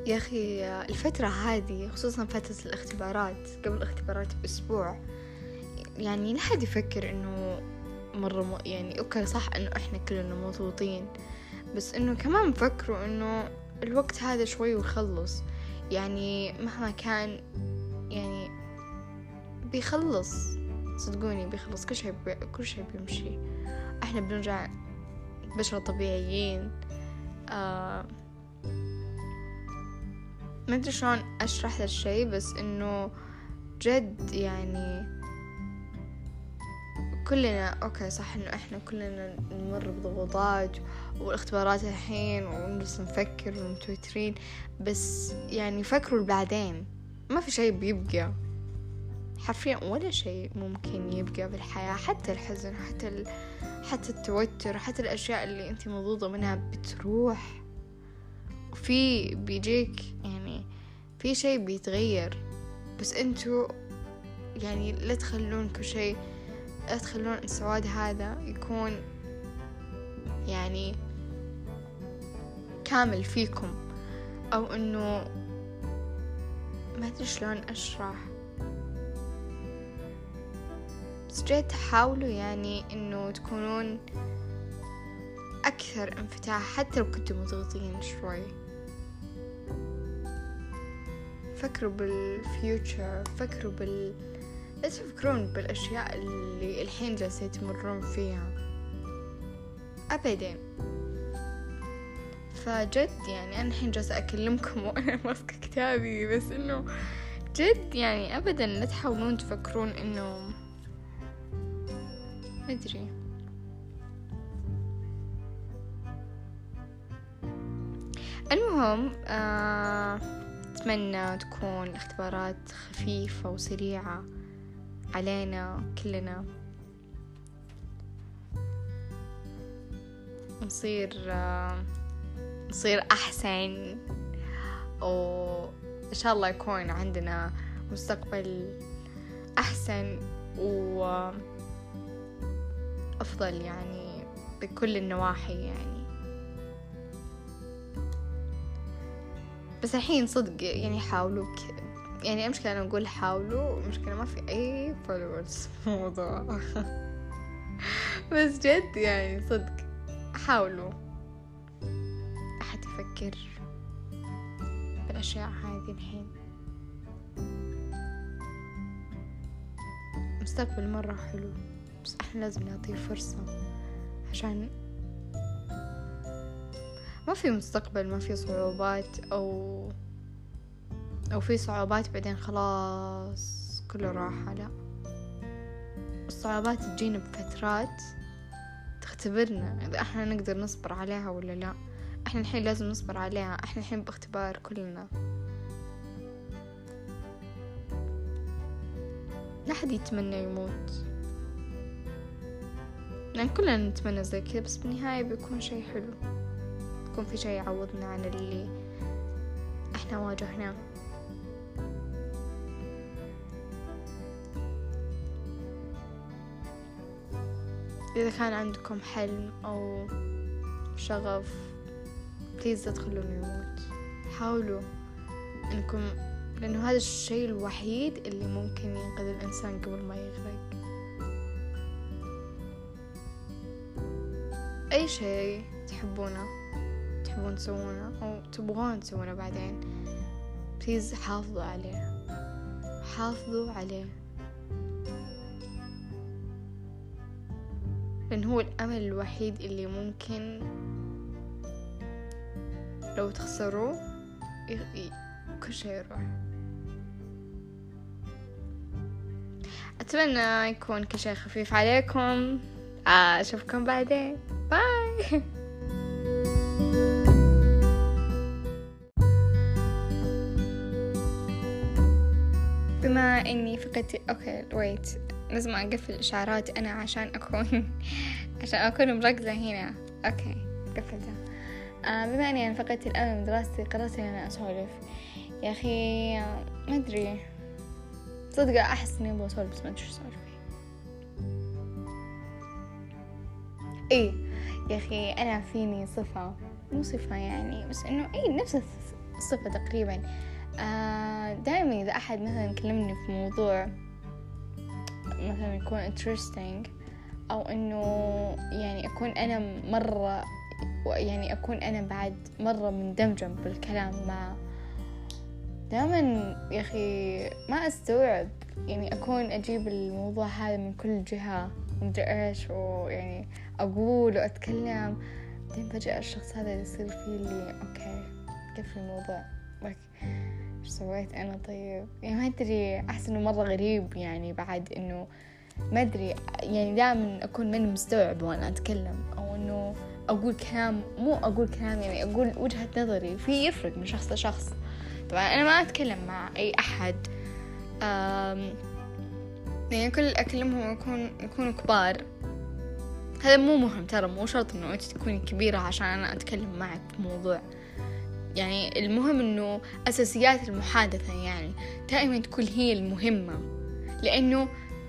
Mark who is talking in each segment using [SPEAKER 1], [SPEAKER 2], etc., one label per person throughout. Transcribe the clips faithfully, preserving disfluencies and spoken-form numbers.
[SPEAKER 1] يا أخي الفترة هذه خصوصا فترة الاختبارات قبل الاختبارات بأسبوع، يعني لا حد يفكر إنه مرة م... يعني أوكي صح إنه إحنا كلنا مضغوطين، بس إنه كمان فكروا إنه الوقت هذا شوي ويخلص. يعني مهما كان يعني بيخلص، صدقوني بيخلص، كل شيء بي... كل شيء بيمشي. إحنا بنرجع بشرة طبيعيين. آه... ما أدري شلون أشرح ذا الشيء، بس إنه جد يعني كلنا أوكي صح إنه إحنا كلنا نمر بضغوطات والاختبارات الحين ونجلس نفكر ومتوترين، بس يعني فكروا بعدين ما في شيء بيبقى حرفيا، ولا شيء ممكن يبقى بالحياة، حتى الحزن، حتى ال... حتى التوتر، حتى الأشياء اللي أنت مضغوطة منها بتروح، وفي بيجيك يعني في شيء بيتغير. بس أنتوا يعني لا تخلون كل شيء، لا تخلون السواد هذا يكون يعني كامل فيكم، أو إنه ما أدري شلون أشرح، بس جد حاولوا يعني إنه تكونون أكثر انفتاح حتى لو كنتوا مضغوطين شوي. فكروا بالفيوتشر، فكروا بال لا تفكرون بالأشياء اللي الحين جالسين تمرون فيها أبدا. فجد يعني أنا الحين جالسة أكلمكم وأنا ماسكة كتابي، بس إنه جد يعني أبدا لا تحاولون تفكرون إنه ما أدري. المهم آه أتمنى تكون اختبارات خفيفة وسريعة علينا كلنا، نصير آه نصير أحسن، وإن شاء الله يكون عندنا مستقبل أحسن وأفضل يعني بكل النواحي يعني. بس الحين صدق يعني حاولوا ك... يعني المشكلة أنا أقول حاولوا، المشكلة ما في أي followers في الموضوع بس جد يعني صدق حاولوا أحد يفكر بالأشياء هذه الحين. مستقبل مرة حلو، بس إحنا لازم نعطيه فرصة، عشان ما في مستقبل ما في صعوبات، أو أو في صعوبات بعدين خلاص كله راحة. لا، الصعوبات تجينا بفترات تختبرنا إذا إحنا نقدر نصبر عليها ولا لا. إحنا الحين لازم نصبر عليها، إحنا الحين باختبار كلنا. لا حد يتمنى يموت، لأن كلنا نتمنى زي كذا، بس بالنهاية بيكون شيء حلو، بيكون في شيء يعوضنا عن اللي إحنا واجهناه. إذا كان عندكم حلم أو شغف بليز لا تخلونه يموت، حاولوا إنكم، لأنه هذا الشيء الوحيد اللي ممكن ينقذ الإنسان قبل ما يغرق. أي شيء تحبونه تحبون تسوونه أو تبغون تسوونه بعدين، بليز حافظوا عليه، حافظوا عليه، لأن هو الأمل الوحيد اللي ممكن لو تخسروه ي... كل شيء يروح. أتمنى يكون كل شيء خفيف عليكم. أشوفكم بعدين، باي. بما إني فقدت أوكي ويت لازم أقفل الإشعارات أنا عشان أكون عشان أكون مركزة هنا. أوكي قفلتها. آه بما إني أنا فقدت الأمل من دراستي قررت إن أنا أسولف. يا أخي ما أدري صدق أحس إني أبغى أسولف، بس ما أدري شو أسولف فيه. إيه يا أخي أنا فيني صفة، مو صفة يعني، بس إنه إيه نفس صفة تقريبا. آه دائما إذا أحد مثلا كلمني في موضوع مثلا يكون interesting أو إنه يعني أكون أنا مرة يعني أكون أنا بعد مرة مندمجة بالكلام معه، دائما يا أخي ما أستوعب، يعني أكون أجيب الموضوع هذا من كل جهة ومدري إيش، ويعني أقول وأتكلم، بعدين فجأة الشخص هذا يصير فيه اللي أوكي كيف الموضوع لك إيش سويت أنا طيب، يعني ما أدري، أحس إنه مرة غريب يعني بعد إنه ما أدري، يعني دائما أكون ماني مستوعب وأنا أتكلم، أو إنه أقول كلام مو أقول كلام يعني أقول وجهة نظري، في يفرق من شخص لشخص. طبعا أنا ما أتكلم مع أي أحد يعني كل أكلمهم يكون يكونوا كبار، هذا مو مهم ترى، مو شرط إنه أنت تكوني كبيرة عشان أنا أتكلم معك في موضوع، يعني المهم إنه أساسيات المحادثة يعني دائما تكون هي المهمة، لأنه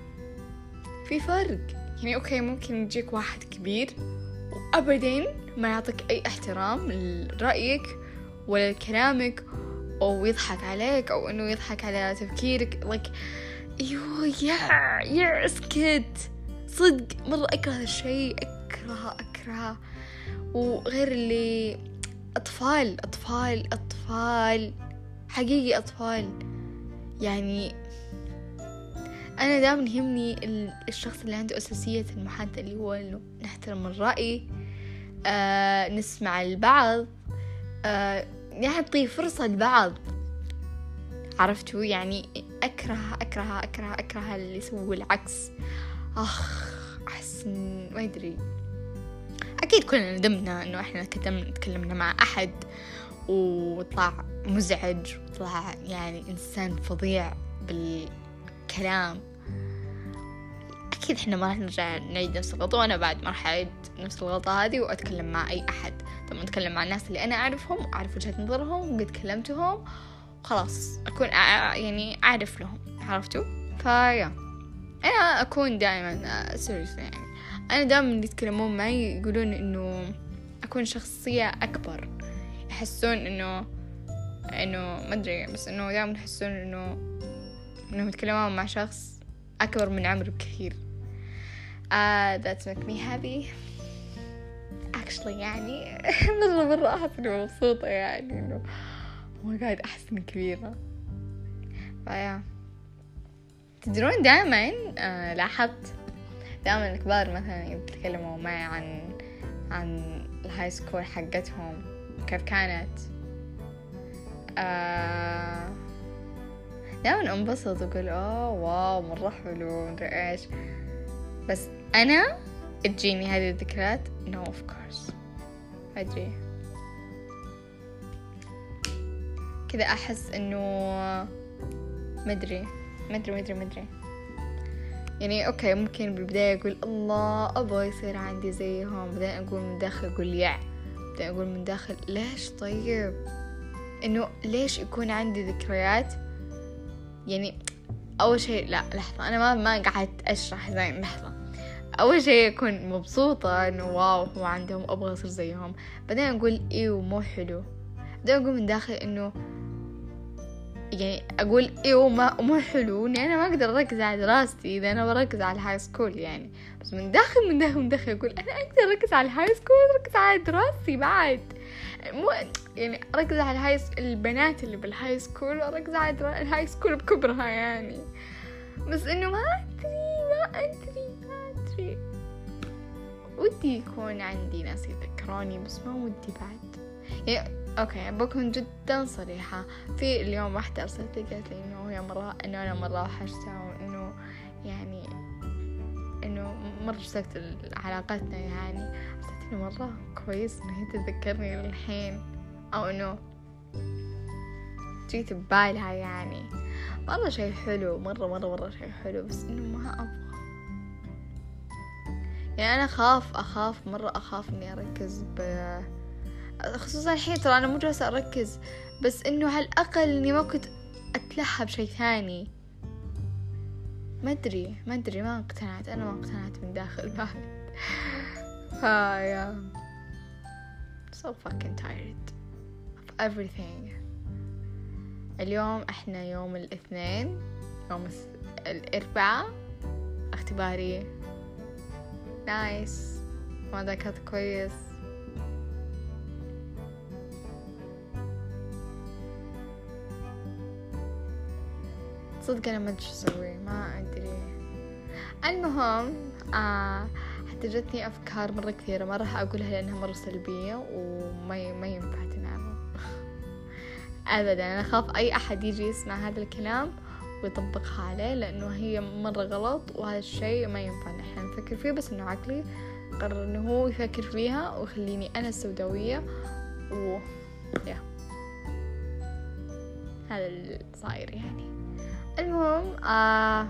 [SPEAKER 1] في فرق يعني أوكي ممكن يجيك واحد كبير وأبدا ما يعطيك أي احترام لرأيك ولا لكلامك، أو يضحك عليك، أو إنه يضحك على تفكيرك like أيوه يا يا اسكت صدق مرة أكره هذا الشيء، أكره أكره وغير اللي أطفال أطفال أطفال حقيقي أطفال، يعني أنا دائما يهمني الشخص اللي عنده أساسية المحادثة، اللي هو إنه نحترم الرأي، آه نسمع البعض، آه نعطي فرصة لبعض، عرفتوا يعني أكره أكره أكره أكره اللي يسوي العكس. أخ أحسن ما أدري، أكيد كلنا ندمنا إنه إحنا تكلمنا مع أحد وطلع مزعج وطلع يعني إنسان فظيع بالكلام، أكيد إحنا ما راح نرجع نعيد نفس الغلطة، وأنا بعد ما راح أعيد نفس الغلطة هذه وأتكلم مع أي أحد. طبعا أتكلم مع الناس اللي أنا أعرفهم وأعرف وجهة نظرهم وقد كلمتهم خلاص أكون أع... يعني أعرف لهم، عرفتوا؟ فيا أنا أكون دائما سيريس، يعني أنا دائما اللي يتكلمون معي يقولون إنه أكون شخصية أكبر، يحسون إنه إنه ما أدري، بس إنه دائما يحسون إنه إنهم يتكلمون مع شخص أكبر من عمري بكثير. uh, that make me happy actually، يعني مرة مرة أحس إني مبسوطة، يعني إنه ما قاعد أحس إني كبيرة. فيا تدرون دائما آه لاحظت دائما الكبار مثلا يتكلموا معي عن عن الهاي سكول حقتهم كيف كانت، آه دائما انبسط وأقول أوه واو مرة حلو مدري إيش، بس أنا تجيني هذه الذكريات no of course أدري كذا أحس إنه مدري مدري مدري مدري يعني أوكي ممكن بالبداية أقول الله أبغى يصير عندي زيهم، بعدين أقول من داخل أقول يع، بعدين أقول من داخل ليش طيب إنه ليش يكون عندي ذكريات، يعني أول شيء لا لحظة أنا ما ما قعدت أشرح زين، لحظة أول شيء أكون مبسوطة إنه واو هو عندهم أبغى أصير زيهم، بعدين أقول إيو مو حلو، بعدين أقول من داخل إنه يعني أقول إيو ما مو حلو إني أنا ما أقدر أركز على دراستي إذا أنا بركز على الهاي سكول، يعني بس من داخل من داخل من داخل أقول أنا أقدر أركز على الهاي سكول أركز على دراستي بعد، مو يعني أركز على الهاي البنات اللي بالهاي سكول وأركز على درا... الهاي سكول بكبرها يعني، بس إنه ما أدري ما أدري ما أدري ودي يكون عندي ناس يذكروني بس ما ودي بعد، يعني أوكي بكون جدا صريحة، في اليوم واحدة أرسلت لي قالت لي إنه هي مرة إنه أنا مرة وحشتها، وإنه يعني إنه مرة اشتقت علاقتنا، يعني حسيت إنه مرة كويس إنه هي تتذكرني للحين، أو إنه جيت ببالها، يعني مرة شيء حلو مرة مرة مرة شيء حلو، بس إنه ما أبغى، يعني أنا أخاف أخاف مرة أخاف إني أركز ب خصوصا الحين ترى أنا مو جالسة أركز، بس إنه على الأقل إني ما كنت أتلهى بشيء ثاني، ما أدري ما أدري ما اقتنعت، أنا ما اقتنعت من داخل بعد. هايا so fucking tired of everything اليوم احنا يوم الاثنين، يوم الاربعاء اختباري. نايس، ما ذاكرت كويس. صدق انا ما ادري شو اسوي، ما ادري. المهم آه حتى جتني افكار مره كثيره، ما راح اقولها لانها مره سلبيه وما ما ينفع تنعمل ابدا. انا اخاف اي احد يجي يسمع هذا الكلام ويطبقها عليه، لانه هي مره غلط، وهذا الشيء ما ينفع نحن نفكر فيه. بس انه عقلي قرر انه هو يفكر فيها ويخليني انا السوداويه و يا هذا اللي صاير يعني. المهم آه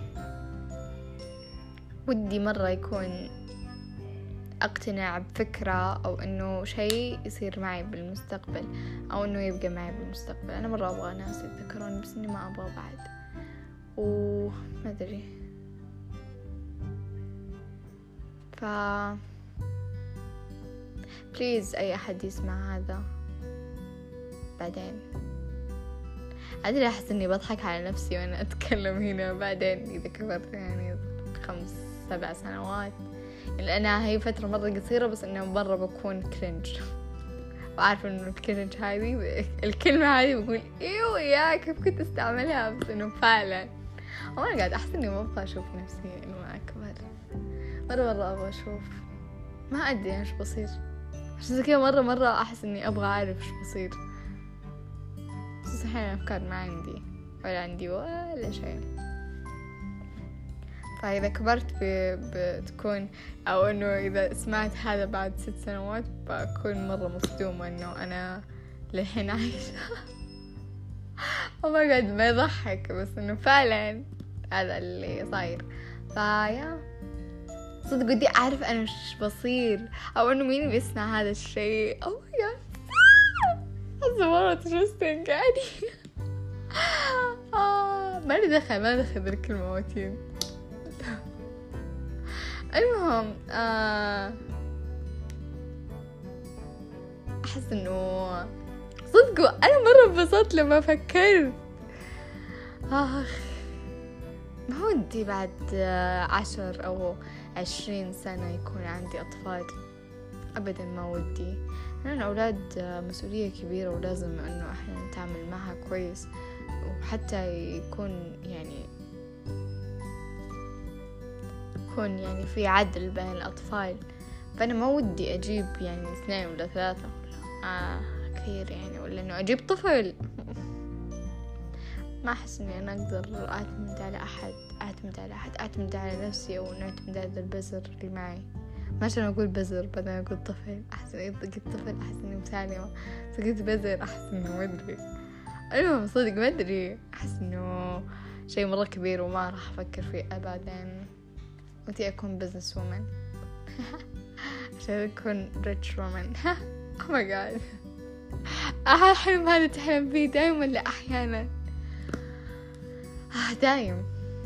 [SPEAKER 1] ودي مرة يكون أقتنع بفكرة أو إنه شيء يصير معي بالمستقبل، أو إنه يبقى معي بالمستقبل. أنا مرة أبغى ناس يتذكروني، بس إني ما أبغى بعد، وما أدري. ف بليز أي أحد يسمع هذا بعدين. أدري أحس إني بضحك على نفسي وأنا أتكلم هنا، بعدين إذا كبرت يعني خمس سبع سنوات، لأنها هي فترة مرة قصيرة، بس إنه مرة بكون كرنج. وعارفة إنه الكرنج هذه الكلمة هذه بقول إيوه يا كيف كنت أستعملها، بس إنه فعلا وأنا قاعد أحس إني ما أبغى أشوف نفسي إنه أكبر. مرة مرة أبغى أشوف، ما أدري إيش بصير، عشان كذا مرة مرة أحس إني أبغى أعرف إيش بصير. بس الحين أفكار ما عندي ولا عندي ولا شيء. فإذا كبرت بتكون، أو إنه إذا سمعت هذا بعد ست سنوات بكون مرة مصدومة إنه أنا للحين عايشة. وما قاعد ما يضحك، بس إنه فعلا هذا اللي صاير. فيا صدق ودي أعرف أنا إيش بصير، أو إنه مين بيسمع هذا الشيء. أو يا هذا مرة ترستنج يعني. آه ما لي دخل ما دخل ذلك المواتين. المهم آه أحس إنه صدق أنا مرة انبسطت لما فكرت. آخ ما ودي بعد عشر أو عشرين سنة يكون عندي أطفال، أبدا ما ودي. لأن الأولاد مسؤولية كبيرة، ولازم إنه إحنا نتعامل معها كويس، وحتى يكون يعني يكون يعني في عدل بين الأطفال. فأنا ما ودي أجيب يعني اثنين ولا ثلاثة ولا آه كثير يعني، ولا إنه أجيب طفل. ما أحس إني أنا أقدر أعتمد على أحد أعتمد على أحد أعتمد على نفسي، أو إنه أعتمد على البزر اللي معي. ما عشان أقول بزر بدل أقول طفل، أحس إني قلت طفل أحس إني مسالمة، بس قلت بزر أحس إنه ما أدري. المهم صدق ما أدري، أحس إنه شيء مرة كبير وما راح أفكر فيه أبدا. ودي أكون بزنس وومن عشان أكون ريتش وومن. oh my god الحلم هذا تحلم فيه دايما ولا أحيانا؟ آه دايم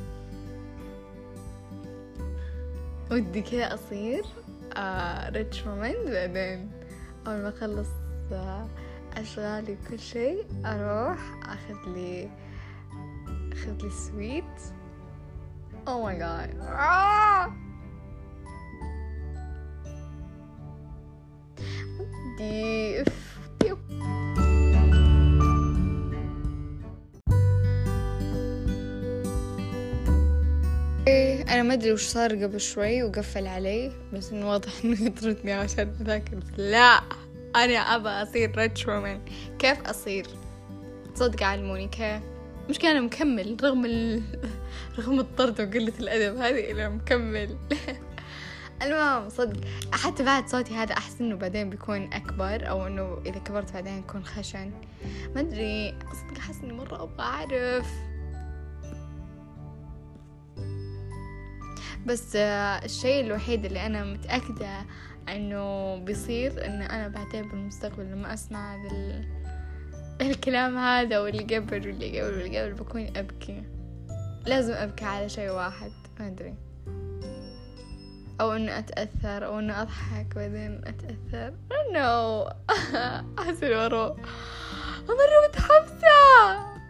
[SPEAKER 1] ودي كذا أصير آه ريتش وومن، بعدين أول ما أخلص آه أشغالي كل شيء أروح أخذ لي أخذ لي سويت. oh my god آه! ودي أنا ما أدري وش صار قبل شوي وقفل علي، بس إنه واضح إنه يطردني عشان أذاكر. لا أنا أبى أصير ريتش وومن. كيف أصير؟ تصدق علموني كيف؟ مش كان مكمل رغم ال... رغم الطرد وقلة الأدب هذه إلا مكمل. المهم صدق حتى بعد صوتي هذا أحس إنه بعدين بيكون أكبر، أو إنه إذا كبرت بعدين يكون خشن. ما أدري صدق أحس إني مرة أبغى أعرف. بس الشيء الوحيد اللي أنا متأكدة إنه بيصير إن أنا بعدين بالمستقبل لما أسمع هذا ال... الكلام هذا واللي قبل واللي قبل واللي قبل بكون أبكي. لازم أبكي على شيء واحد، ما أدري، أو إنه أتأثر أو إنه أضحك بعدين أتأثر. no أحس الورو مرة متحمسة.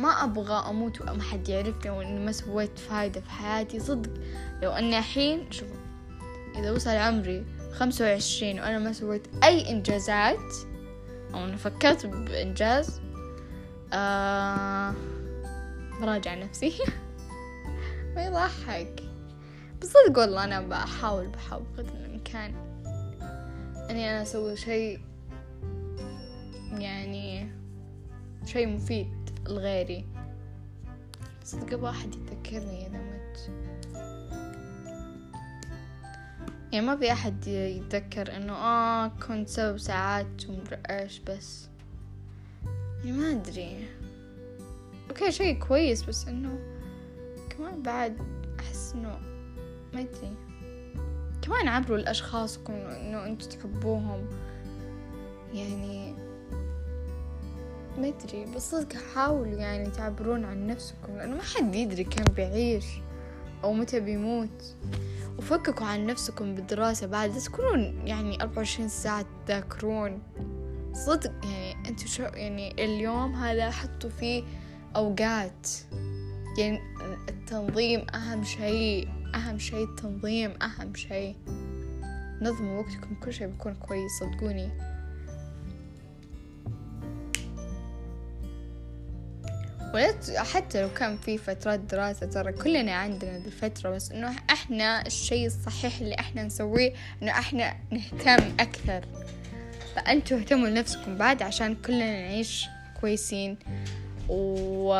[SPEAKER 1] ما أبغى أموت وما حد يعرفني وإني ما سويت فايدة في حياتي. صدق لو أني الحين شوف، إذا وصل عمري خمسة وعشرين وأنا ما سويت أي إنجازات أو أنا فكرت بإنجاز، آه براجع نفسي. ما يضحك، بس صدق والله أنا بحاول بحاول بقدر الإمكان أني أنا أسوي شيء، يعني شيء مفيد لغيري. صدق أبغى أحد يتذكرني إذا مت، يعني ما في أحد يتذكر إنه آه كنت سبب ساعات ومدري إيش، بس يعني ما أدري. أوكي شيء كويس، بس إنه كمان بعد أحس إنه ما أدري، كمان عبروا لأشخاصكم إنه أنتوا تحبوهم، يعني ما أدري. بس صدق حاولوا يعني تعبرون عن نفسكم، لأنه ما حد يدري كم بيعيش أو متى بيموت. وفككوا عن نفسكم بالدراسة بعد، تكونون يعني أربعة وعشرين ساعة تذاكرون. صدق يعني أنتوا شو يعني اليوم هذا حطوا فيه أوقات، يعني التنظيم أهم شيء، أهم شيء التنظيم أهم شيء. نظموا وقتكم، كل شيء بيكون كويس صدقوني. حتى لو كان في فترات دراسة ترى كلنا عندنا ذي الفترة، بس إنه إحنا الشيء الصحيح اللي إحنا نسويه إنه إحنا نهتم أكثر. فأنتوا اهتموا لنفسكم بعد عشان كلنا نعيش كويسين. و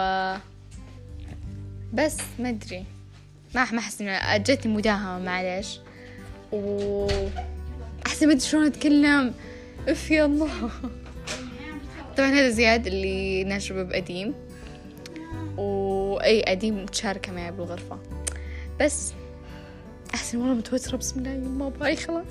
[SPEAKER 1] بس ما أدري، ما ما أحس إنه جتني مداهمة معلش، و أحس ما أدري شلون أتكلم. أف يا الله. طبعا هذا زياد اللي ناشب قديم، وأي قديم متشاركة معي بالغرفة، بس أحسن والله متوترة. بسم الله ما أبغى خلاص.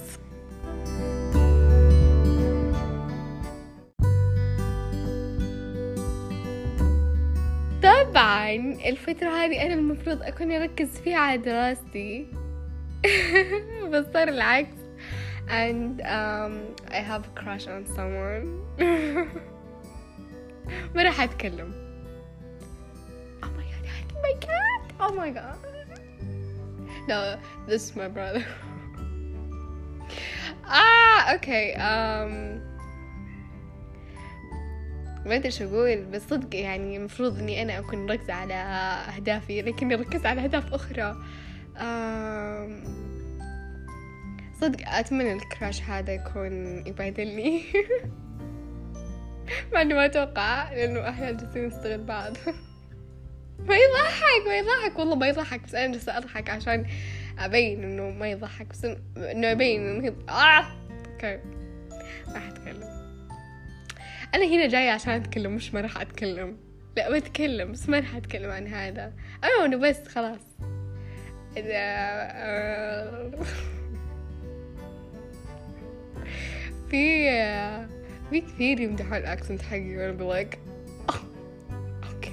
[SPEAKER 1] طبعا الفترة هذه أنا المفروض أكون أركز فيها على دراستي، بس صار العكس. and um, I have a crush on someone. ما راح أتكلم. Oh my god, my cat. Oh my god. No, this is my brother. ah, okay. Um, ما أدري شو أقول، بس صدق يعني المفروض إني أنا أكون مركزة على أهدافي، لكني ركزت على أهداف أخرى. um, صدق أتمنى الكراش هذا يكون يبادلني. مع إنه ما أتوقع، لأنه إحنا جالسين نستغل بعض. ما يضحك ما يضحك والله ما يضحك، بس أنا جالسة أضحك عشان أبين إنه ما يضحك، بس إنه أبين إنه يض... آه أوكي ما راح أتكلم. أنا هنا جاية عشان أتكلم، مش ما راح أتكلم. لا بتكلم بس ما راح أتكلم عن هذا. أنا إنه بس خلاص إذا في في كثير يمدحوا الأكسنت حقي وأنا بلاك أوكي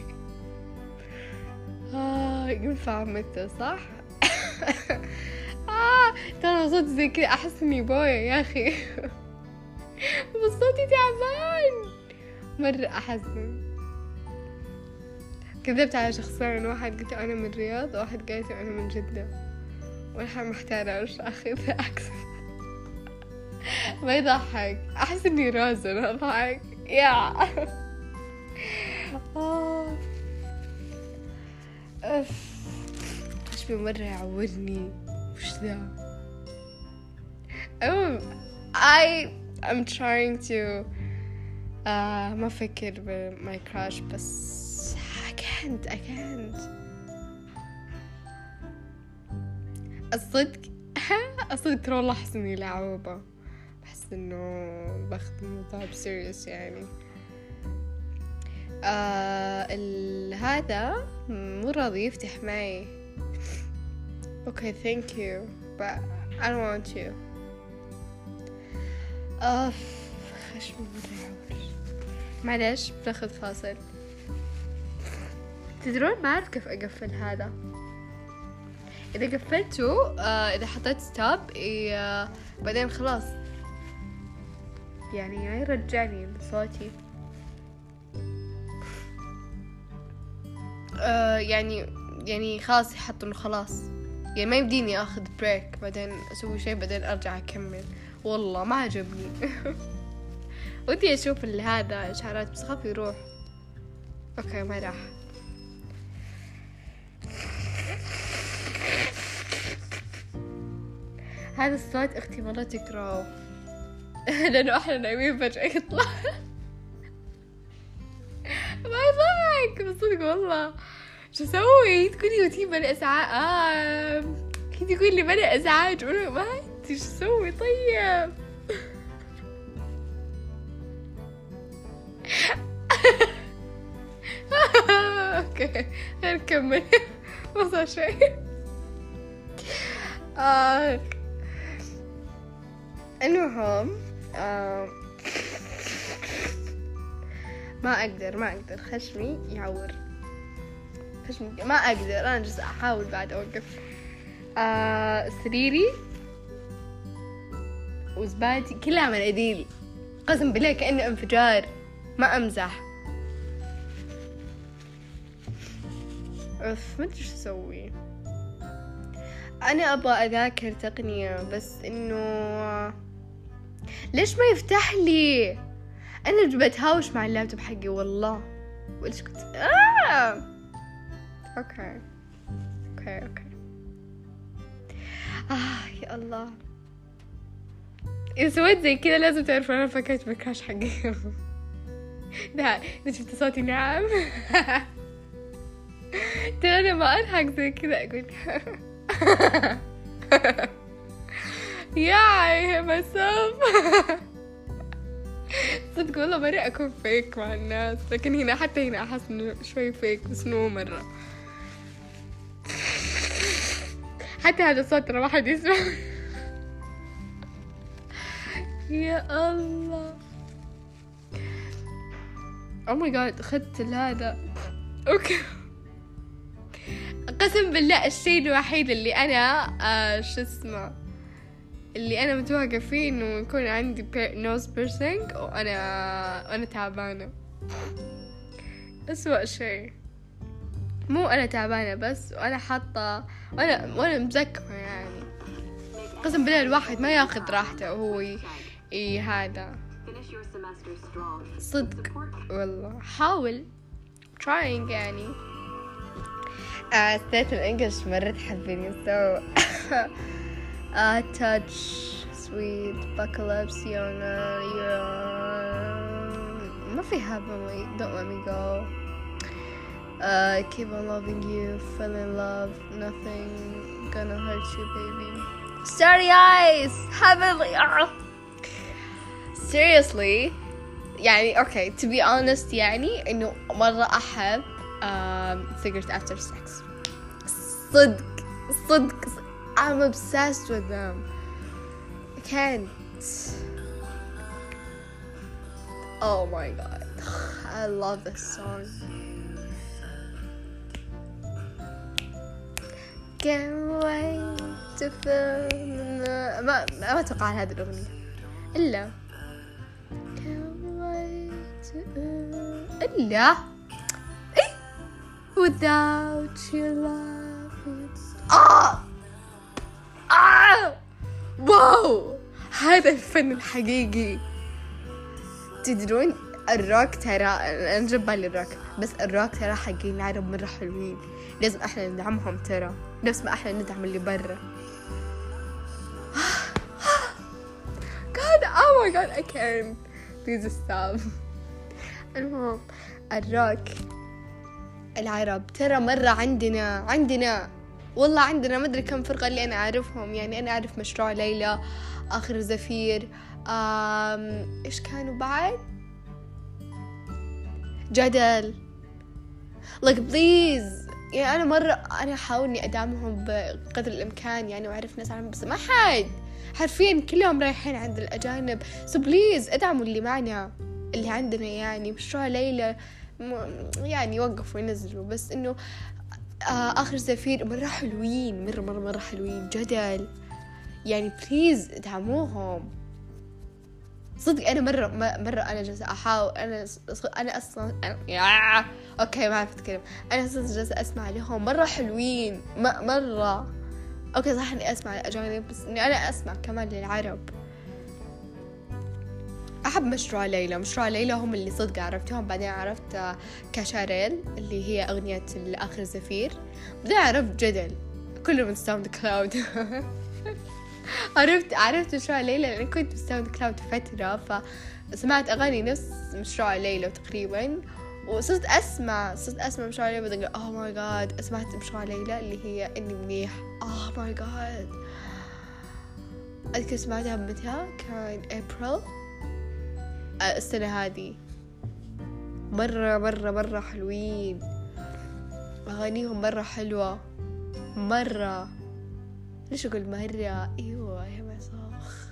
[SPEAKER 1] آه ينفع مثل صح. آه ترى صوت زي كذا أحس إني بويا يا أخي. بس صوتي تعبان مرة. أحزن كذبت على شخصين، واحد قلت أنا من الرياض وواحد قلت أنا من جدة، والحين محتاجة وش أخذ أكسنت. ما يضحك، أحس إني رازن أضحك يا آه أف إيش بمرة يعورني وش ذا. أم I I'm trying to uh, ما أفكر بماي كراش، بس I can't I can't الصدق. الصدق ترى والله أحس إني لعوبة، بحس إنه باخذ الموضوع بسيريس يعني. آه هذا مو راضي يفتح معي. okay thank you but I don't want you. آه خش من مرة يعور. معلش بناخذ فاصل. تدرون ما أعرف كيف أقفل هذا. إذا قفلته آه إذا حطيت ستوب آه بعدين خلاص يعني يرجعني لصوتي. آه يعني يعني خلاص يحطوا إنه خلاص يعني ما يمديني أخذ بريك بعدين أسوي شيء بعدين أرجع أكمل. والله ما عجبني. ودي أشوف هذا إشعارات بس خاف يروح. أوكي ما راح. هذا الصوت أختي مرة تكرهه. لأنه إحنا نايمين فجأة يطلع. ما يضحك بس صدق والله. شو أسوي؟ تقولي وتي بلا إزعاج. آه كنت تقول لي بلا إزعاج. أقول ما أنت شو أسوي طيب؟ أوكي نكمل. ما صار شيء. آه المهم آه ما أقدر ما أقدر خشمي يعور. خشمي ما أقدر. أنا جالسة أحاول بعد أوقف. آه سريري وزبادي كلها مناديل قسم بالله كأنه انفجار ما أمزح. أف ما أدري شو أسوي. أنا أبغى أذاكر تقنية بس إنه ليش ما يفتح لي؟ أنا بتهاوش مع اللابتوب حقي والله. وليش كنت آه أوكي أوكي أوكي آه يا الله. إذا سويت زي كذا لازم تعرفوا أنا فكيت بالكراش حقي. ده إذا شفت صوتي نعم. ترى أنا ما أضحك زي كذا أقول. يا مسام. صدق والله مرة أكون فيك مع الناس لكن هنا حتى هنا أحس إنه شوي فيك بس مو مرة. حتى هذا الصوت ترى ما حد يسمع. يا الله. Oh my god أخذت هذا. أوكي قسم بالله الشيء الوحيد اللي أنا آه شو اسمه اللي أنا متوقع فيه إنه يكون عندي nose piercing وأنا وأنا تعبانة. أسوأ شيء. مو أنا تعبانة بس وأنا حاطة وأنا وأنا مزكمة يعني. قسم بالله الواحد ما ياخذ راحته وهو ي... ي... هذا صدق والله. حاول trying يعني. آه ستيت الإنجليش مرة تحبيني so uh, touch sweet buckle up Siona you're ما في هبة don't let me go uh, keep on loving you fell in love nothing gonna hurt you baby starry eyes heavenly uh. seriously يعني okay to be honest يعني إنه مرة أحب Um, cigarettes after sex. صدق صدق I'm obsessed with them. I can't. Oh my god I love this song. Can't wait to feel ما ما أتوقع هذه الأغنية إلا Can't wait to إلا without your love آه آه واو هذا الفن الحقيقي. تدرون الروك ترى أنا جاب بالي الروك بس الروك ترى حقين العرب مرة حلوين لازم احنا ندعمهم ترى نفس ما احنا ندعم اللي برا. God oh my god I can't please stop. المهم الروك العرب ترى مرة عندنا عندنا والله عندنا ما أدري كم فرقة اللي أنا أعرفهم يعني. أنا أعرف مشروع ليلى آخر زفير آم... إيش كانوا بعد جدل like please يعني. أنا مرة أنا أحاول إني أدعمهم بقدر الإمكان يعني وأعرف ناس عنهم بس ما حد حرفيا كلهم رايحين عند الأجانب so please أدعموا اللي معنا اللي عندنا يعني. مشروع ليلى يعني يوقفوا ينزلوا بس إنه آه آخر زفير مرة حلوين مرة مرة مرة حلوين. جدل يعني بليز ادعموهم صدق أنا مرة مرة أنا جالسة أحاول أنا أنا أصلا أنا يا أوكي ما عرفت أتكلم. أنا صدق جالسة أسمع لهم مرة حلوين مرة. أوكي صح إني أسمع الأجانب بس إني أنا أسمع كمان للعرب. أحب مشروع ليلى. مشروع ليلى هم اللي صدق عرفتهم. بعدين عرفت كاشاريل اللي هي أغنية الآخر الزفير. بعدين عرفت جدل كله من ساوند كلاود. عرفت عرفت مشروع ليلى لأن كنت بساوند كلاود فترة فسمعت أغاني نفس مشروع ليلى تقريبا وصرت أسمع صرت أسمع مشروع ليلى بدي أقول أوه ماي جاد. سمعت مشروع ليلى اللي هي إني منيح. أوه ماي جاد أذكر سمعتها متى كان أبريل السنة هذه. مرة مرة مرة حلوين أغانيهم مرة حلوة مرة. ليش أقول مرة أيوة يا مساخ.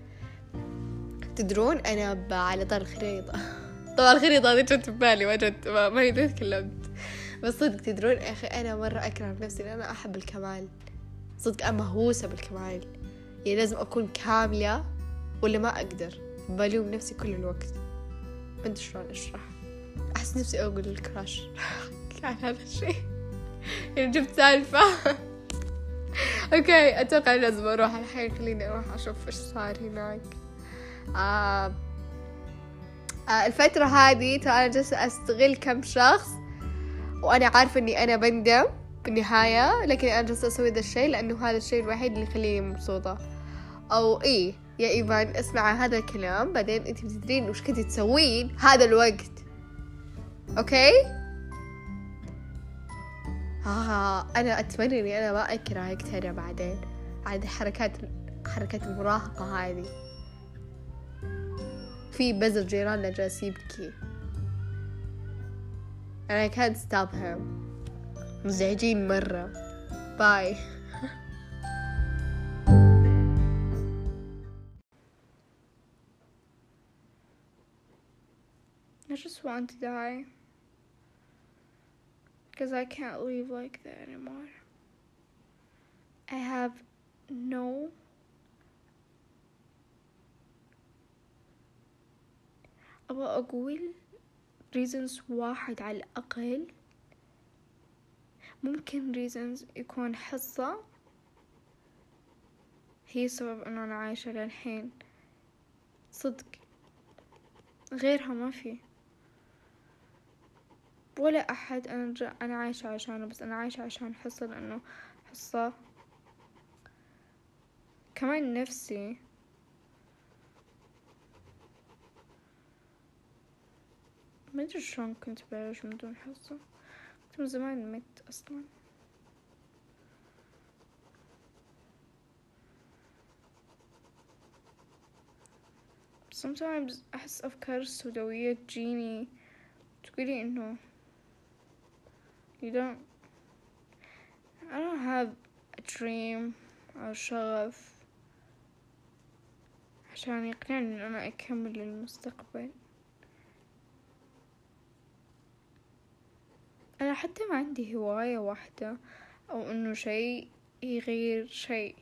[SPEAKER 1] تدرون أنا على طار الخريطة طبعا الخريطة هذه جت ببالي ما جت ما ما تكلمت بس صدق تدرون يا أخي أنا مرة أكره نفسي لأن أنا أحب الكمال. صدق أنا مهووسة بالكمال يعني لازم أكون كاملة ولا ما أقدر بلوم نفسي كل الوقت. ما أدري شلون أشرح. أحس نفسي أقول الكراش كان هذا الشيء يعني جبت سالفة. أوكي أتوقع لازم أروح الحين. خليني أروح أشوف إيش صار هناك. آه آه الفترة هذه ترى أنا جالسة أستغل كم شخص وأنا عارفة إني أنا بندم بالنهاية لكن أنا جالسة أسوي ذا الشيء لأنه هذا الشيء الوحيد اللي يخليني مبسوطة. أو إيه يا إيفان اسمع هذا الكلام بعدين أنت بتدرين وش كنتي تسوين هذا الوقت. أوكي آه أنا أتمنى إني أنا ما أكرهك ترى بعدين عاد حركات حركات المراهقة هذه. في بزر جيراننا جالس يبكي أنا can't stop him مزعجين مرة. باي. I just want to die because I can't live like that anymore. I have no أبغى أقول reasons واحد على الأقل. ممكن reasons يكون حصة هي سبب أنه أنا عايشة للحين صدق غيرها ما في ولا أحد أنا ج... أنا عايشة عشانه. بس أنا عايشة عشان حصة لأنه حصة كمان نفسي ما أدري شلون كنت بعيش من دون حصة. كنت من زمان مت أصلا. sometimes أحس أفكار سوداوية تجيني تقولي إنه you don't I don't have a dream أو شغف عشان يقنعني إن أنا أكمل المستقبل. أنا حتى ما عندي هواية واحدة أو إنه شيء يغير شيء.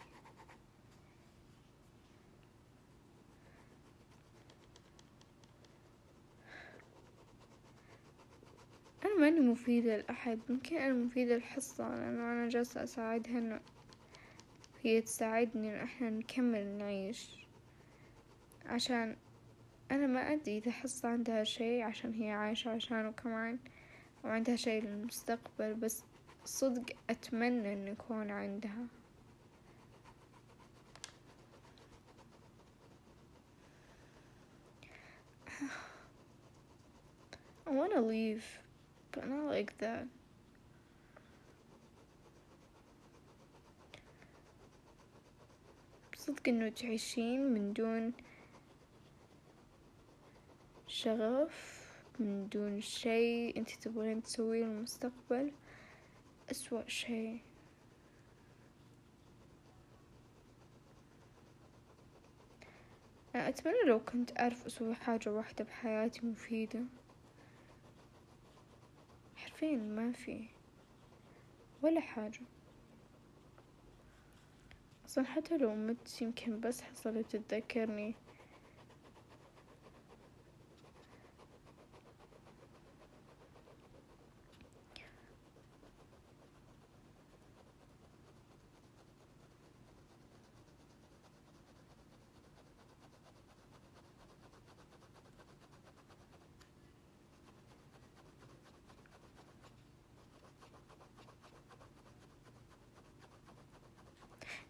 [SPEAKER 1] أنا ماني مفيدة لأحد. ممكن أنا مفيدة للحصة لأنه أنا جالسة أساعدها إنه هي تساعدني إن إحنا نكمل نعيش. عشان أنا ما أدري إذا حصة عندها شيء عشان هي عايشة عشانه كمان أو عندها شيء للمستقبل. بس صدق أتمنى إن يكون عندها. I wanna leave but not like that. صدق إنه تعيشين من دون شغف من دون شيء انت تبغين تسويه للمستقبل أسوأ شيء. أنا أتمنى لو كنت أعرف أسوي حاجة واحدة بحياتي مفيدة. حرفيا ما في ولا حاجة أصلا. حتى لو مت يمكن بس حصلت تتذكرني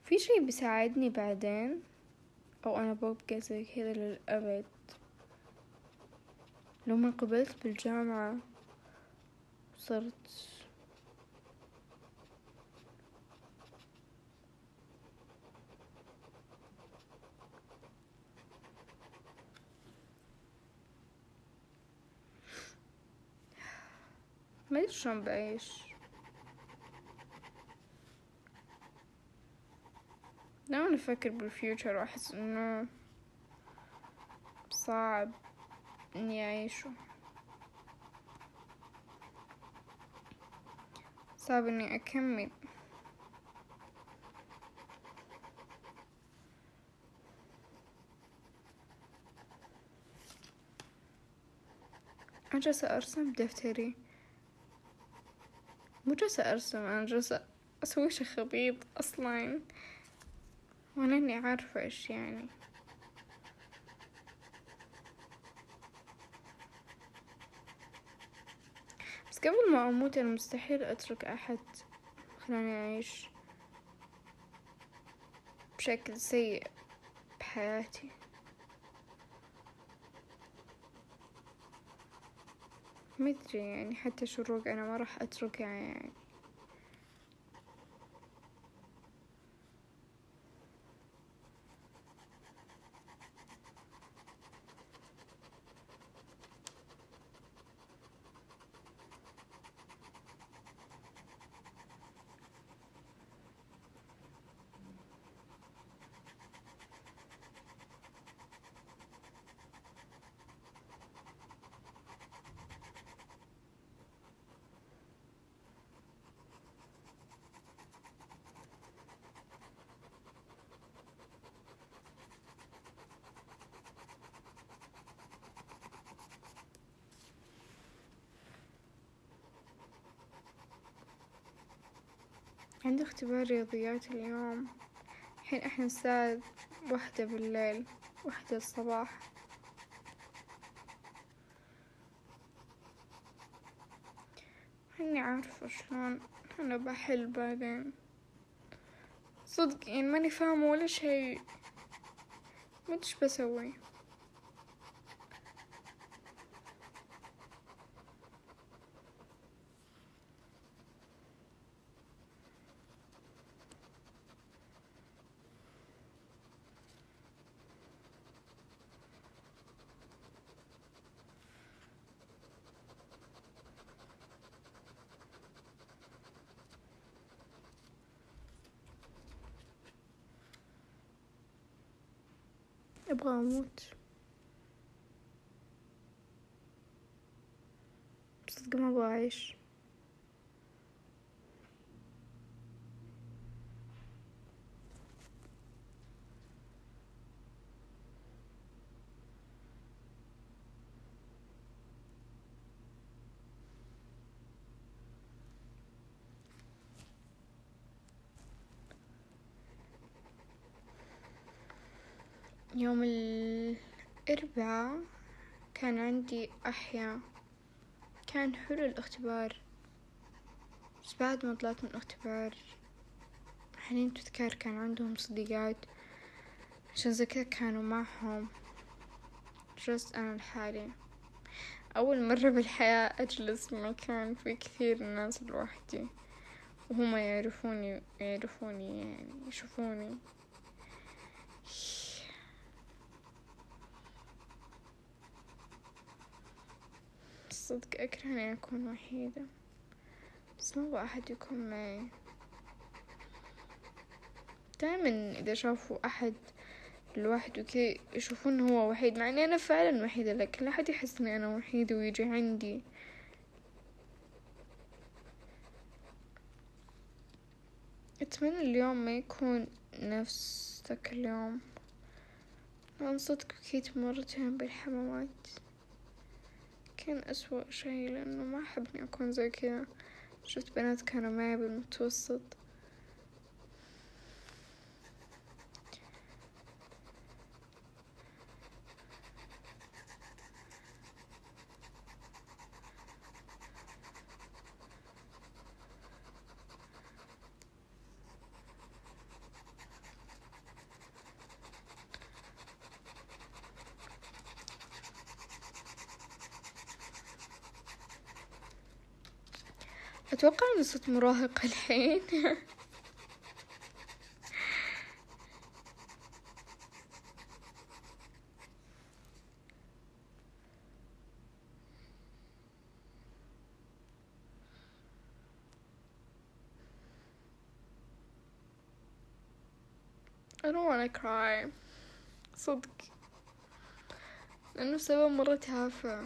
[SPEAKER 2] في شي بيساعدني بعدين أو أنا ببقى زي كذا للأبد؟ لو ما قبلت بالجامعة صرت ما أدري شلون بعيش. دائما أفكر بالفيوتشر وأحس إنه صعب إني أعيشه، صعب إني أكمل. أنا جالسة أرسم بدفتري، مو جالسة أرسم، أنا جالسة أسوي شي خبيط أصلا وأنا إني عارفة إيش يعني. بس قبل ما أموت أنا مستحيل أترك أحد خلاني أعيش بشكل سيء بحياتي. مدري يعني حتى شروق أنا ما راح أتركها يعني. عندي اختبار رياضيات اليوم، الحين احنا الساعة واحدة بالليل، واحدة الصباح. اني عارفة شلون انا بحل بعدين، صدق يعني ماني فاهمة ولا شي، مدري بسوي. ابغى اموت صدق، ما ابغى اعيش. يوم الأربعاء كان عندي أحياء، كان حلو الاختبار، بس بعد ما طلعت من الاختبار حنين تذكر كان عندهم صديقات، عشان زي كذا كانوا معهم، جلست أنا لحالي. أول مرة بالحياة أجلس في مكان فيه كثير ناس لوحدي وهم يعرفوني يعرفوني يعني يشوفوني. صدق أكره إني أكون وحيدة، بس ما أبغى أحد يكون معي. دائما إذا شافوا أحد لوحده كي يشوفون هو وحيد، مع إني أنا فعلا وحيدة، لكن لا أحد يحس إني أنا وحيدة ويجي عندي. أتمنى اليوم ما يكون نفس ذاك اليوم. أنا صدق بكيت مرتين بالحمامات، كان أسوأ شي لأنه ما أحب إني أكون زي كذا. شفت بنات كانوا معي بالمتوسط، أتوقع إني صرت مراهقة الحين. I don't wanna cry صدق، لأنه سبب مرة تافه.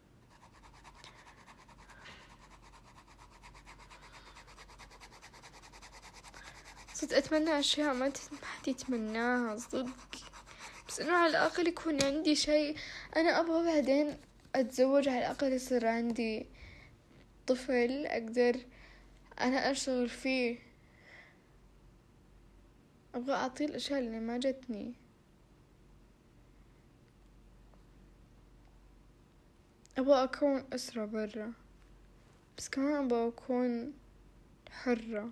[SPEAKER 2] صدق أتمنى أشياء ما حد يتمناها صدق، بس إنه على الأقل يكون عندي شيء. أنا أبغى بعدين أتزوج، على الأقل يصير عندي طفل أقدر أنا أشتغل فيه. أبغى أعطيه الأشياء اللي ما جتني. أبغى أكون أسرة برا، بس كمان أبغى أكون حرة.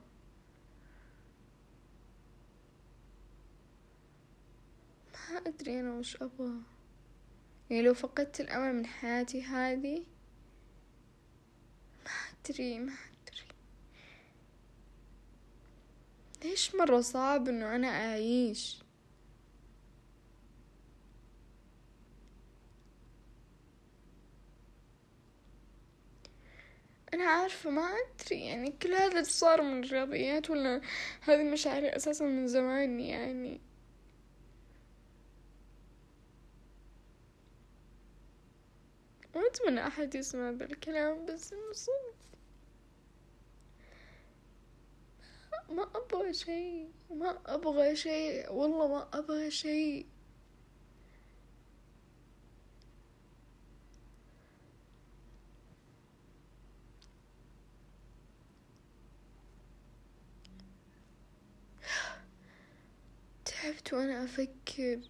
[SPEAKER 2] ما أدري أنا وش أبغى. يعني لو فقدت الأمل من حياتي هذه ما أدري ما أدري ليش مرة صعب إنه أنا أعيش. أنا عارفة ما أدري يعني كل هذا صار من الرياضيات ولا هذه مشاعري أساسا من زمان يعني. ما أتمنى أحد يسمع ذا الكلام، بس إنه صدق ما أبغى شيء، ما أبغى شيء والله ما أبغى شيء. تعبت وأنا أفكر.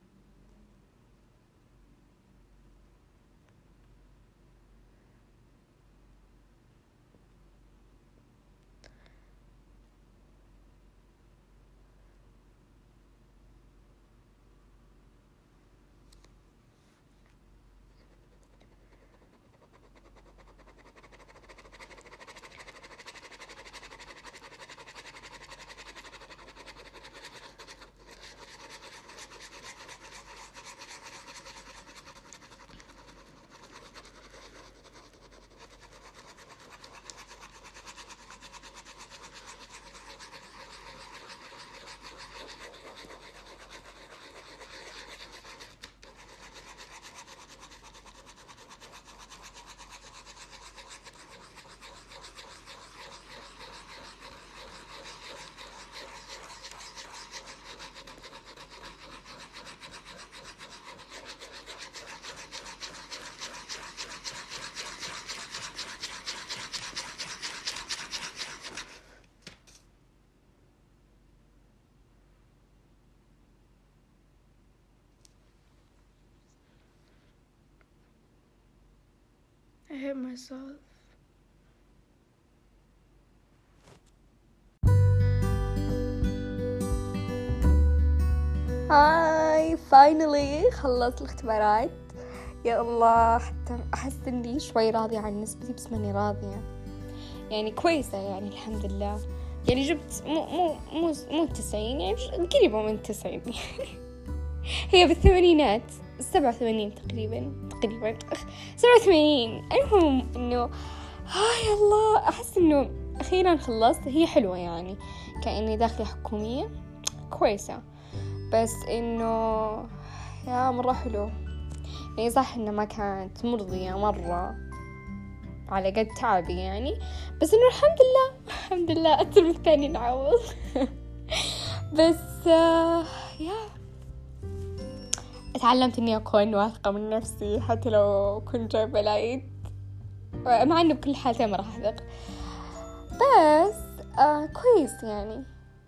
[SPEAKER 2] I hate myself.
[SPEAKER 1] هاي فاينلي خلصت الاختبارات. يا الله حتى أحس إني شوي راضية عن نسبتي، بس ماني راضية يعني كويسة يعني الحمد لله. يعني جبت مو مو مو مو تسعين، يعني قريبة من تسعين. هي بالثمانينات، سبعة وثمانين تقريبا تقريبا سبعة وثمانين. المهم إنه هاي الله أحس إنه أخيرا خلصت. هي حلوة يعني كأني داخلة حكومية كويسة، بس إنه يا مرة حلو يعني. صح إنه ما كانت مرضية مرة على قد تعبي يعني، بس إنه الحمد لله الحمد لله الترم الثاني نعوض. بس آه يا اتعلمت إني أكون واثقة من نفسي حتى لو كنت جايبة العيد، مع إنه بكل حالتين ما راح أحذق، بس آه كويس يعني.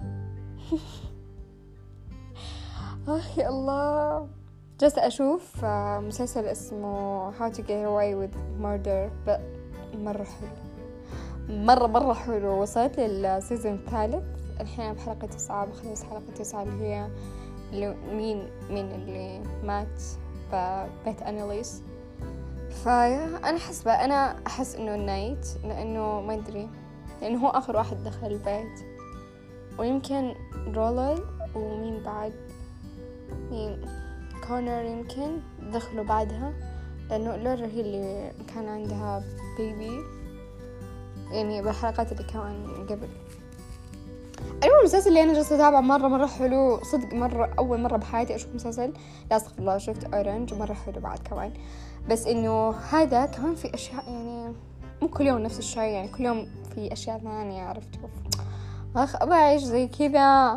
[SPEAKER 1] آه يا الله جالسة أشوف آه مسلسل اسمه How to Get Away with Murder، مرة حلو مرة مرة حلو. وصلت للسيزون الثالث الحين بحلقة تسعة، بخلص حلقة تسعة اللي هي اللي مين مين اللي مات ببيت أناليس. فأنا حسبة أنا أحس إنه النايت، لأنه ما أدري
[SPEAKER 2] لأنه هو آخر واحد دخل البيت، ويمكن رولر ومين بعد مين كونر يمكن دخلوا بعدها، لأنه لورا هي اللي كان عندها بيبي يعني بالحلقات اللي كان قبل. المهم المسلسل اللي أنا جالسة أتابعه مرة مرة حلو صدق، مرة أول مرة بحياتي أشوف مسلسل، لا أستغفر الله، شفت أورنج ومرة حلو بعد كمان، بس إنه هذا كمان في أشياء يعني مو كل يوم نفس الشيء، يعني كل يوم في أشياء ثانية، عرفت؟ أخ أبغى أعيش زي كذا.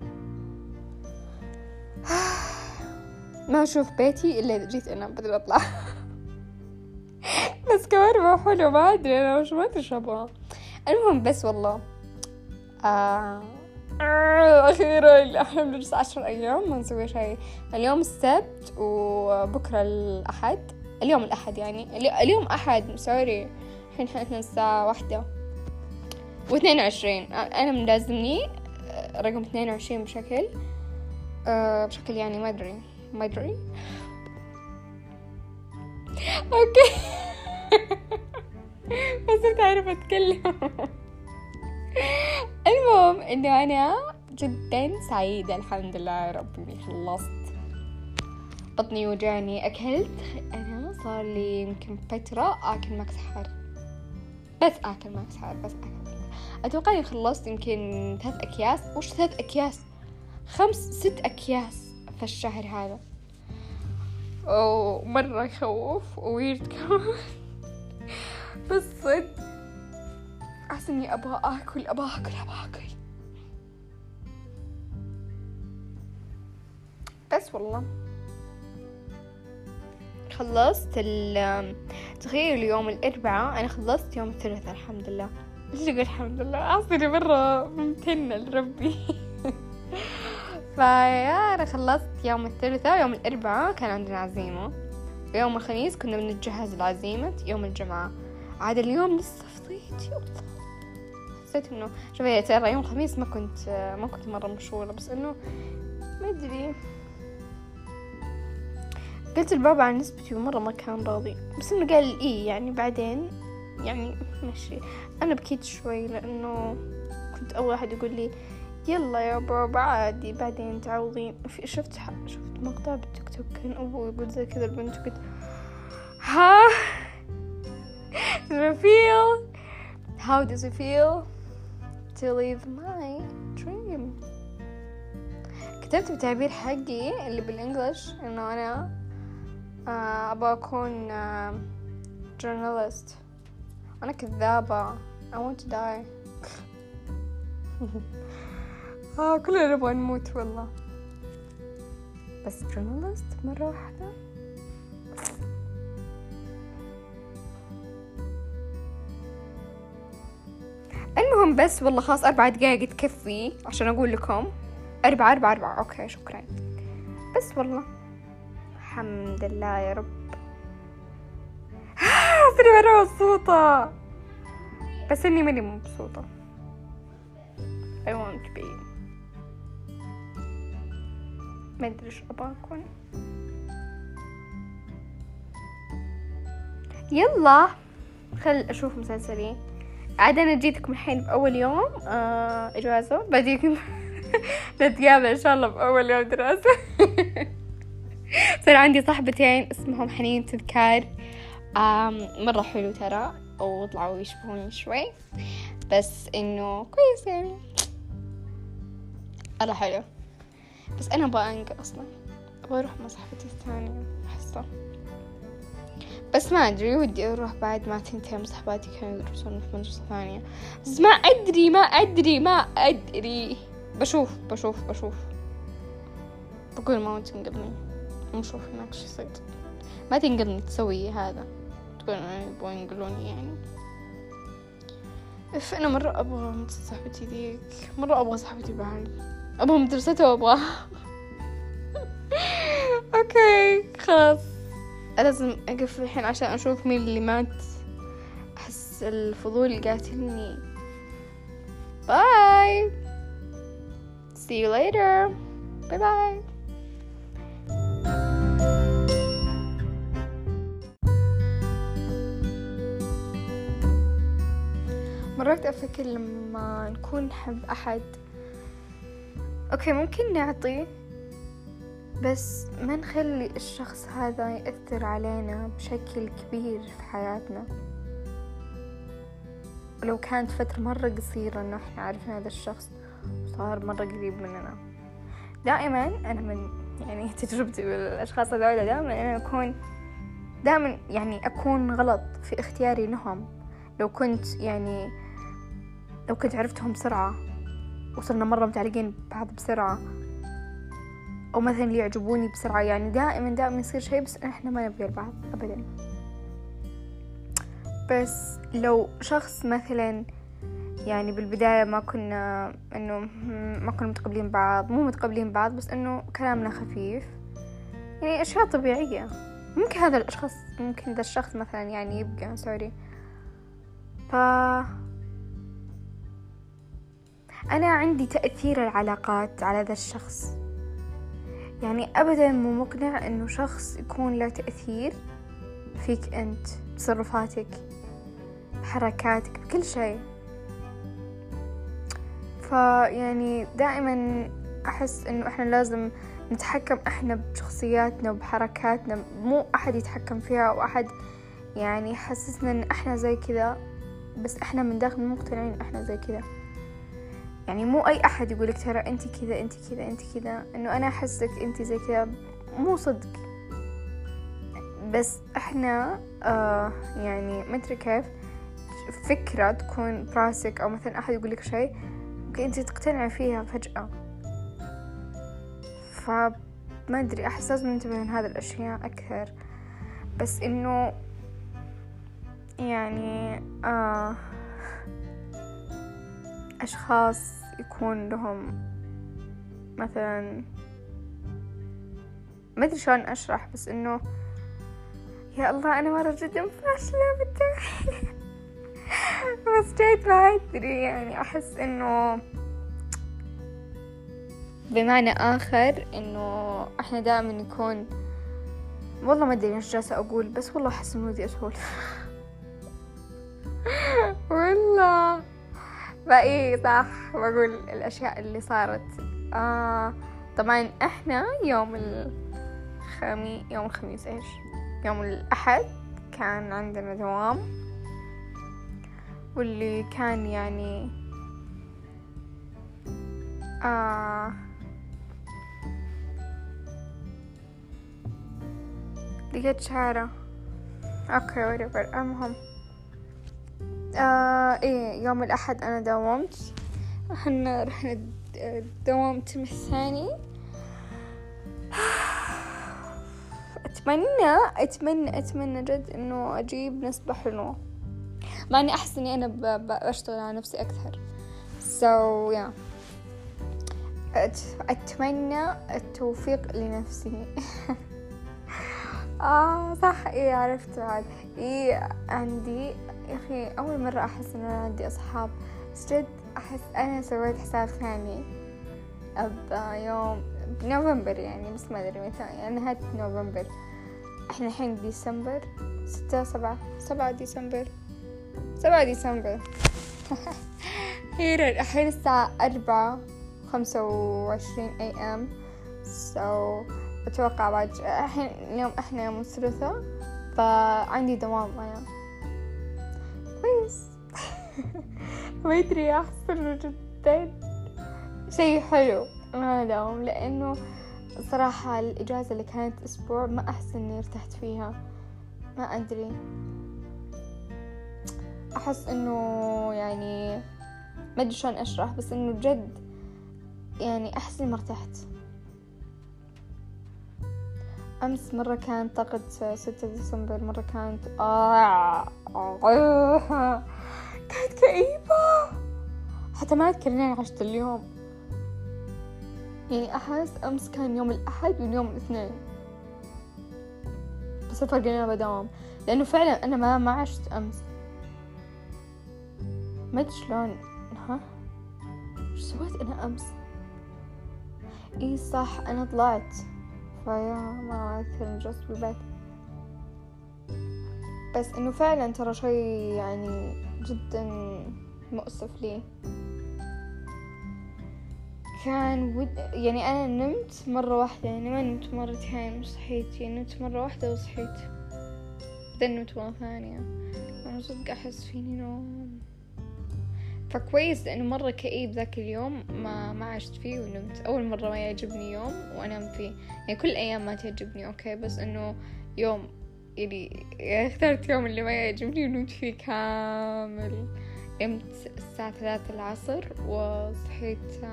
[SPEAKER 2] ما أشوف بيتي إلا إذا جيت أنام بدل أطلع. بس كمان ما حلو، ما أدري أنا وش ما تشربها. المهم بس والله آه... آه... أخيرا إحنا بنجلس عشر أيام ما نسوي شيء. اليوم السبت وبكرة الأحد، اليوم الأحد يعني اليوم أحد سوري، الحين حنا الساعة واحدة واثنين وعشرين. أنا ملازمني رقم اثنين وعشرين بشكل أه بشكل يعني ما أدري ما أدري أوكي. بس صرت أعرف أتكلم. المهم إنه أنا جدا سعيدة الحمد لله يا رب إني خلصت. بطني وجعني، أكلت، أنا صار لي يمكن فترة آكل ماكس حار، بس آكل ماكس حار بس آكل. أتوقع إني خلصت يمكن ثلاث أكياس، وش ثلاث أكياس خمس ست أكياس في الشهر هذا، ومرة يخوف وويرد كمان. بس صد أحس إني أبغى أكل أبغى أكل أبغى أكل بس والله خلصت ال تخيل يوم الأربعاء، أنا خلصت يوم الثلاثاء الحمد لله. ليش أقول الحمد لله؟ أصلي مرة ممتنة لربي. فيا أنا خلصت يوم الثلاثاء، يوم الأربعاء كان عندنا عزيمة، ويوم الخميس كنا بنتجهز لعزيمة يوم الجمعة. عاد اليوم لسه فضيت يا الله، حسيت إنه شوفي ترى يوم الخميس ما كنت ما كنت مرة مشغولة، بس إنه ما أدري، قلت البابا عن نسبتي ومرة ما كان راضي، بس إنه قال إيه يعني بعدين يعني ماشي. أنا بكيت شوي لأنه كنت أول واحد يقول لي يلا يا بابا عادي بعدين تعوضين. في شفت شفت مقطع بالتيك توك كان أبوه يقول زي كذا البنت، قلت ها does it feel how does it feel to live my dream. كتبت بتعبير حقي اللي بالإنجليش إنه أنا أبغى أكون journalist. أنا كذابة I want to die. آه كلنا نبغى نموت والله، بس journalist مرة واحدة. المهم بس والله خلاص أربع دقايق تكفي عشان أقول لكم أربعة أربعة أربعة أوكي شكرا. بس والله الحمد لله يا رب. صرت مرة مبسوطة، بس إني ماني مبسوطة. I want to be ما أدري إيش أبغى أكون. يلا خل أشوف مسلسلي. عاد أنا جيتكم الحين بأول يوم آه إجازة، بديكم نتقابل إن شاء الله بأول يوم دراسة. صار عندي صاحبتين اسمهم حنين تذكار، مرة حلو ترى، وطلعوا يشبهوني شوي، بس إنه كويس يعني الله حلو. بس أنا أبغى أنقل أصلا، أبغى أروح مع صاحبتي الثانية حصة، بس ما أدري ودي أروح بعد ما تنتهي. صحباتي كانوا يدرسون في مدرسة ثانية، بس ما أدري ما أدري ما أدري بشوف بشوف بشوف بقول ما تنقلني، نشوف هناك شو يصير. ما تنقلني تسوي هذا، تقول أنا يبغون ينقلوني يعني. إف أنا مرة أبغى مثل صاحبتي ذيك، مرة أبغى صاحبتي بعد، أبغى مدرسته وأبغى. أوكي خلاص لازم أقف الحين عشان أشوف مين اللي مات، أحس الفضول قاتلني. باي see you later bye bye. مرات أفكر لما نكون نحب أحد، أوكي ممكن نعطي بس ما نخلي الشخص هذا يأثر علينا بشكل كبير في حياتنا. ولو كانت فترة مرة قصيرة إنه إحنا عرفنا هذا الشخص وصار مرة قريب مننا. دائما أنا من يعني تجربتي بالأشخاص هذول، دائما أنا أكون دائما يعني أكون غلط في اختياري لهم. لو كنت يعني لو كنت عرفتهم بسرعة وصرنا مرة متعلقين ببعض بسرعة، أو مثلا اللي يعجبوني بسرعة، يعني دائما دائما يصير شيء بس إحنا ما نبغى البعض أبدا. بس لو شخص مثلا يعني بالبداية ما كنا إنه ما كنا متقبلين بعض، مو متقبلين بعض بس إنه كلامنا خفيف، يعني أشياء طبيعية، ممكن هذا الأشخاص ممكن ذا الشخص مثلا يعني يبقى سوري. ف أنا عندي تأثير العلاقات على ذا الشخص، يعني أبدا مو مقنع إنه شخص يكون له تأثير فيك أنت، بتصرفاتك، بحركاتك، بكل شيء. فيعني دائما أحس إنه إحنا لازم نتحكم إحنا بشخصياتنا وبحركاتنا، مو أحد يتحكم فيها أو أحد يعني يحسسنا إن إحنا زي كذا، بس إحنا من داخل مقتنعين إحنا زي كذا. يعني مو أي أحد يقولك ترى أنت كذا أنت كذا أنت كذا، إنه أنا أحسك أنت زي كذا، مو صدق. بس إحنا آه يعني ما أدري كيف فكرة تكون براسك، أو مثلا أحد يقولك شيء ممكن أنت تقتنعي فيها فجأة. فما أدري، أحس لازم ننتبه من هذه الأشياء أكثر. بس إنه يعني آه أشخاص يكون لهم مثلا ما أدري شلون أشرح، بس إنه يا الله أنا مرة جدا فاشلة بالتعبير بس جيت ما أدري، يعني أحس إنه بمعنى آخر إنه إحنا دائما نكون، والله ما أدري إيش جالسة أقول، بس والله أحس إنه ودي أسولف والله بقى صح بقول الأشياء اللي صارت. آه طبعا إحنا يوم الخميس يوم الخميس إيش يوم الأحد كان عندنا دوام، واللي كان يعني آه لقيت شعرة اوكي وريفر. المهم آه ايه يوم الأحد أنا داومت، احنا رحنا الدوام تم الثاني. أتمنى أتمنى أتمنى جد إنه أجيب نسبة حلوة، مع إني أحس إني أنا بشتغل على نفسي أكثر. so yeah أتمنى التوفيق لنفسي آه صح إيه عرفت بعد إيه عندي يا أخي أول مرة أحس إن أنا عندي أصحاب، بس جد أحس أنا سويت حساب ثاني أب يوم بنوفمبر، يعني بس ما أدري متى، يعني نهاية نوفمبر. إحنا الحين ديسمبر ستة سبعة سبعة ديسمبر سبعة ديسمبر هي الحين الساعة أربعة خمسة وعشرين اي ام سو أتوقع بعد الحين اليوم إحنا يوم الثلاثاء، فعندي دوام أنا كويس ما أدري أحس إنه جدا شيء حلو ما دوام، لأنه صراحة الإجازة اللي كانت أسبوع ما أحس إني ارتحت فيها، ما أدري أحس إنه يعني ما أدري شلون أشرح، بس إنه جد يعني أحس إني ما ارتحت. أمس مرة كانت طاقة ستة ديسمبر، مرة كانت آه آه كانت كئيبة، حتى ما أذكر إني عشت اليوم. يعني أحس أمس كان يوم الأحد واليوم الاثنين، بس الفرق إني أنا بداوم، لأنه فعلا أنا ما ما عشت أمس، ما أدري شلون. ها إيش سويت أنا أمس؟ إيه صح أنا طلعت، فيا ما أذكر جلست بالبيت. بس إنه فعلا ترى شيء يعني جدا
[SPEAKER 1] مؤسف لي. كان ود... يعني أنا نمت مرة واحدة، يعني ما نمت مرتين وصحيت، يعني نمت مرة واحدة وصحيت بعدين نمت مرة ثانية. أنا صدق أحس فيني نوم، فكويس لأنه مرة كئيب ذاك اليوم ما ما عشت فيه ونمت. أول مرة ما يعجبني يوم وأنام فيه، يعني كل أيام ما تعجبني أوكي، بس إنه يوم يعني اخترت يوم اللي ما يعجبني ونمت فيه كامل. نمت الساعة ثلاثة العصر وصحيت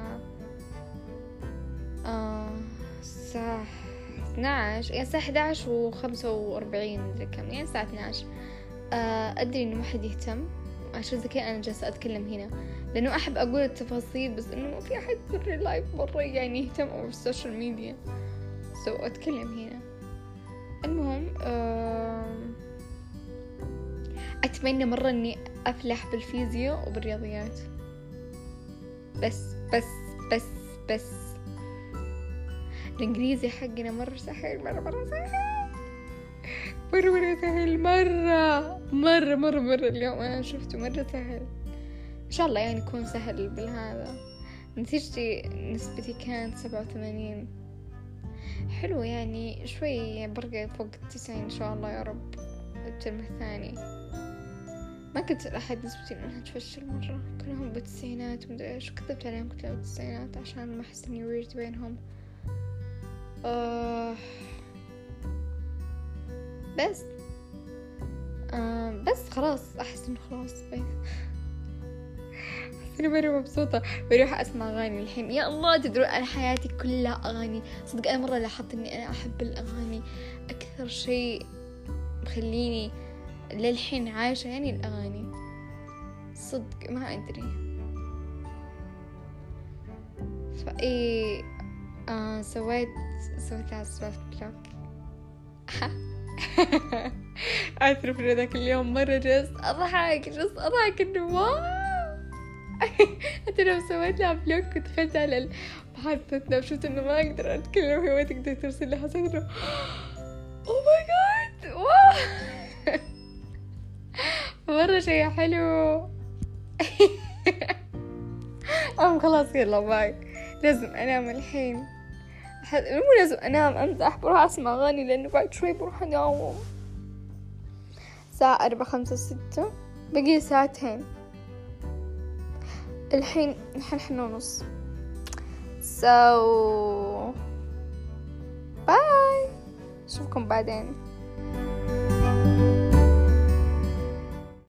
[SPEAKER 1] آه الساعة اثنا عشر، يعني الساعة أحد عشر وخمسة وأربعين مدري كم، يعني الساعة اثنا عشر. آه أدري إنه ما حد يهتم، عشان زي كذا أنا جالسة أتكلم هنا لأنه أحب أقول التفاصيل، بس إنه ما في أحد في اللايف مرة يعني يهتم أو في السوشيال ميديا، سو أتكلم هنا. المهم آه أتمنى مرة إني أفلح بالفيزياء وبالرياضيات، بس بس بس بس الإنجليزي حقنا مرة سهل، مرة مرة سهل، مرة مرة سهل، مرة مرة مرة مرة اليوم أنا شفته مرة سهل. إن شاء الله يعني يكون سهل بالهذا. نتيجتي نسبتي كانت سبعة وثمانين، حلو يعني شوي برقة فوق التسعين إن شاء الله يا رب. الترم الثاني ما كنت أحد نسبتي إنها تفشل مرة، كلهم بالتسعينات ومدري إيش، كذبت عليهم كلهم بالتسعينات عشان ما أحس إني ويرد بينهم. آه بس آه بس خلاص أحس إنه خلاص بس أحس إني مرة مبسوطة. بروح أسمع أغاني الحين، يا الله تدرون أنا حياتي كلها أغاني صدق. أنا مرة لاحظت إني أنا أحب الأغاني أكثر شيء مخليني للحين عايشة يعني الأغاني صدق، ما أدري. فإيه آه سويت سويت عصفة بلوك أعترف إن ذاك اليوم مرة جلست أضحك جلست أضحك إنه واو حتى لو سويت لها بلوك ودخلت على محادثتنا وشفت إنه ما أقدر أتكلم وهي ما تقدر ترسل لي، حسيت إنه أوه ماي جاد واو مرة شيء حلو. أم خلاص يلا باي، لازم أنام الحين. مو لازم أنام، أمزح، بروح أسمع أغاني لأنه بعد شوي بروح أنام. الساعة أربعة خمسة ستة، بقي ساعتين الحين، نحن حنا ونص. so باي، أشوفكم بعدين.